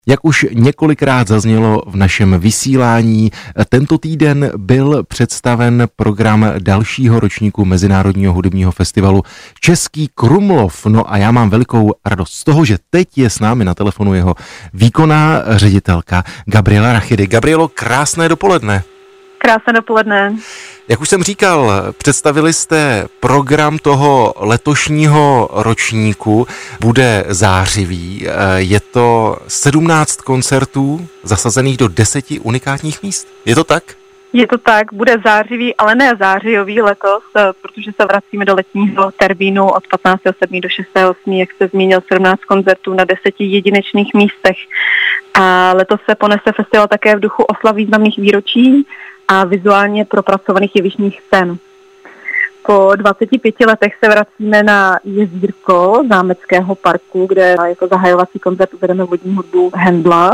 Jak už několikrát zaznělo v našem vysílání, tento týden byl představen program dalšího ročníku Mezinárodního hudebního festivalu Český Krumlov. No a já mám velikou radost z toho, že teď je s námi na telefonu jeho výkonná ředitelka Gabriela Rachidy. Gabrielo, krásné dopoledne. Krásné dopoledne. Jak už jsem říkal, představili jste program toho letošního ročníku, bude zářivý, je to 17 koncertů zasazených do 10 unikátních míst. Je to tak? Je to tak, bude zářivý, ale ne zářijový letos, protože se vracíme do letního termínu od 15.7. do 6.8., jak jste zmínil, 17 koncertů na 10 jedinečných místech. A letos se ponese festival také v duchu oslav významných výročí a vizuálně propracovaných jevištních scén. Po 25 letech se vracíme na jezírko Zámeckého parku, kde jako zahajovací koncert uvedeme vodní hudbu Handla.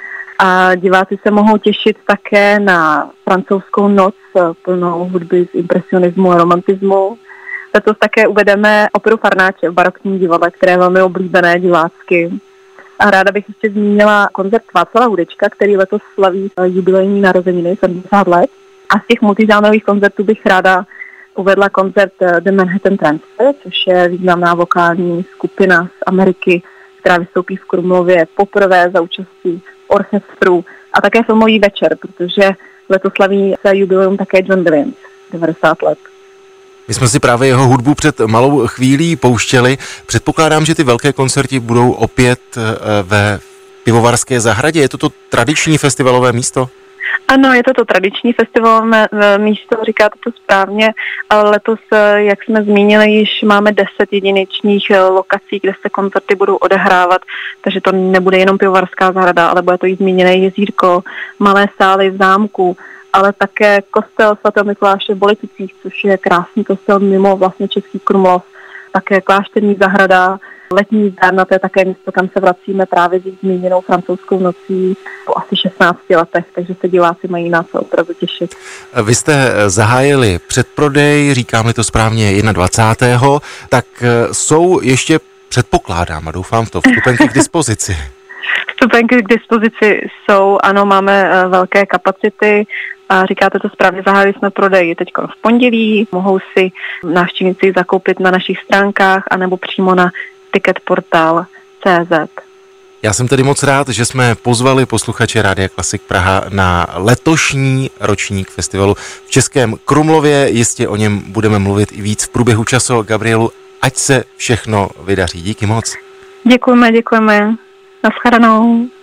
A diváci se mohou těšit také na francouzskou noc plnou hudby z impresionismu a romantismu. Letos také uvedeme operu Farnáče v barokním divadle, které je velmi oblíbené divácky. A ráda bych ještě zmínila koncert Václava Hudečka, který letos slaví jubilejní narozeniny 70 let. A z těch multižánrových koncertů bych ráda uvedla koncert The Manhattan Transfer, což je významná vokální skupina z Ameriky, která vystoupí v Krumlově poprvé za účastí orchestru a také filmový večer, protože letos slaví se jubileum také John Williams, 90 let. My jsme si právě jeho hudbu před malou chvílí pouštěli. Předpokládám, že ty velké koncerty budou opět ve Pivovarské zahradě. Je to tradiční festivalové místo? Ano, je to tradiční festivalové místo, říkáte to správně, ale letos, jak jsme zmínili, již máme 10 jedinečných lokací, kde se koncerty budou odehrávat, takže to nebude jenom Pivovarská zahrada, ale bude to i zmíněné jezírko, malé sály v zámku, ale také kostel svatého Mikuláše v Politicích, což je krásný kostel mimo vlastně Český Krumlov, také klášterní zahrada, letní zdárna, to je také místo, kam se vracíme právě s zmíněnou francouzskou nocí po asi 16 letech, takže se diváci mají na co opravdu těšit. Vy jste zahájili předprodej, říkám-li to správně 21. Tak jsou ještě, předpokládám a doufám v to, vstupenky k dispozici. Vstupenky k dispozici jsou, ano, máme velké kapacity a říkáte to správně, zahájili jsme prodej teď v pondělí, mohou si návštěvníci zakoupit na našich stránkách anebo přímo na ticketportal.cz. Já jsem tedy moc rád, že jsme pozvali posluchače Rádia Klasik Praha na letošní ročník festivalu v Českém Krumlově. Jistě o něm budeme mluvit i víc v průběhu času. Gabrielu, ať se všechno vydaří. Díky moc. Děkujeme. Naschledanou.